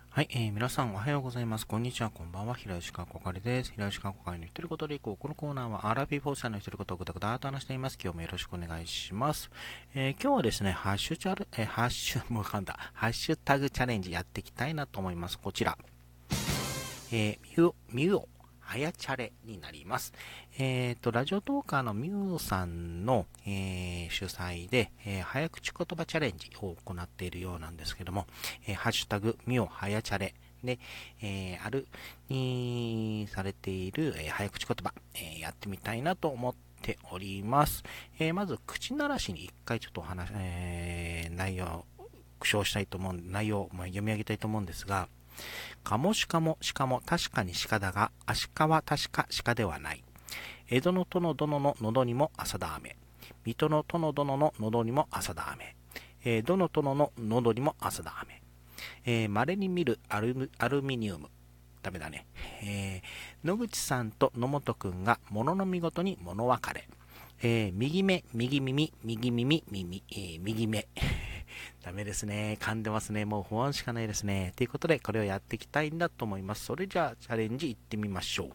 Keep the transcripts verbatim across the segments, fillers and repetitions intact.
はい、えー、皆さんおはようございます。こんにちは、こんばんは。平吉川こかりです。平吉川こかりの一人言でいこう。このコーナーはアラビーフォーサーの一人言をぐだぐだと話しています。今日もよろしくお願いします。えー、今日はですね、ハッシュチャル、えー、ハッシュ、もう噛んだ、ハッシュタグチャレンジやっていきたいなと思います。こちら。えー、ミュ、ミュオ、はやチャレになります。えっ、と、ラジオトーカーのミュオさんの、えー主催で、えー早口言葉チャレンジを行っているようなんですけども、えーハッシュタグ、ミュオ、はやチャレで、えーあるにされている、えー早口言葉、えーやってみたいなと思っております。えーまず、口ならしに一回ちょっとお話、えー内容、苦笑したいと思う、内容をまあ読み上げたいと思うんですが、かもしかもしかも確かに鹿だが、アシカは確か鹿ではない。江戸の殿殿の喉にも朝だ雨。水戸の殿殿の喉にも朝だ雨。えー、どの殿の喉にも朝だ雨。えー、稀に見るアルアルミニウム。ダメだね。えー、野口さんと野本くんが物の見事に物別れ。えー、右目、右耳、右耳、耳、えー、右目。ダメですね。噛んでますね。もう不安しかないですね。ということで、これをやっていきたいんだと思います。それじゃあ、チャレンジいってみましょう。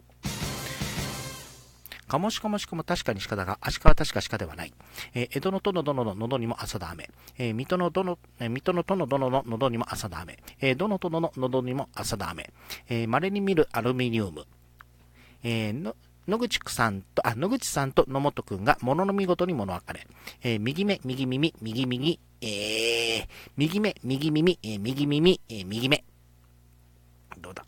かもしかもしかも確かに鹿だが、足利は確か鹿ではない。えー江戸の殿殿の喉にも朝だ雨。えー水戸の殿、えー水戸の殿殿の喉にも朝だ雨。えーどの殿の喉にも朝だ雨。えー稀に見るアルミニウム。えーの野口さんと、あ、野口さんと野本くんが物の見事に物別れ。えー右目、右耳、右右、えー、右目、右耳、えー右耳、えー右目。どうだ。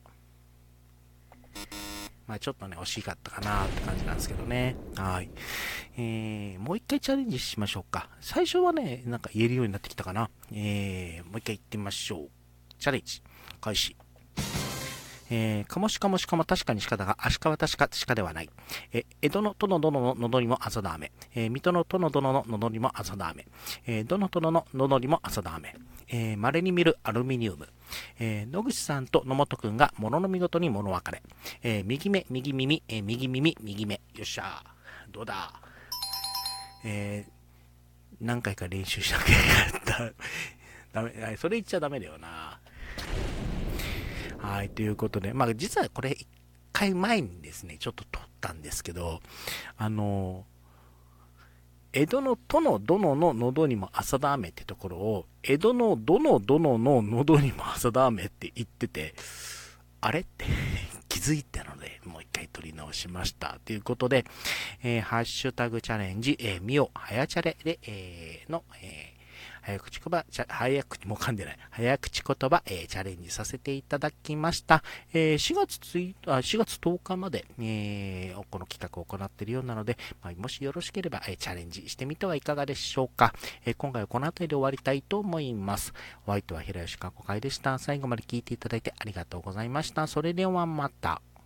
まあちょっとね、惜しかったかなって感じなんですけどね。はい。えー、もう一回チャレンジしましょうか。最初はね、なんか言えるようになってきたかな。えー、もう一回行ってみましょう。チャレンジ。開始。えー、かもしかもしかも確かに鹿だが、足利は確か鹿ではない。えー、江戸の殿殿の喉にも朝だ雨。えー、水戸の殿殿の喉にも朝だ雨。えー、どの殿の喉にも朝だ雨。えー、稀に見るアルミニウム。えー、野口さんと野本くんが物の見事に物別れ。えー、右目、右耳、えー、右耳、右目。よっしゃー。どうだ。えー、何回か練習しなきゃいけなかった。ダメ、それ言っちゃダメだよな。はい、ということで、まあ実はこれ一回前にですね、ちょっと撮ったんですけど、あの、江戸の殿殿の喉にも朝だ雨ってところを、江戸の殿殿の喉にも朝だ雨って言ってて、あれって気づいたので、もう一回撮り直しました。ということで、えーハッシュタグチャレンジ、えー、みお、はやチャレで、えーの、えー早口言葉、早口、もう噛んでない。早口言葉、えーチャレンジさせていただきました。えーしがつついあしがつとおかまで、えーこの企画を行っているようなので、まあ、もしよろしければ、えーチャレンジしてみてはいかがでしょうか。えー今回はこの辺りで終わりたいと思います。お相手は平吉かこかいでした。最後まで聞いていただいてありがとうございました。それではまた。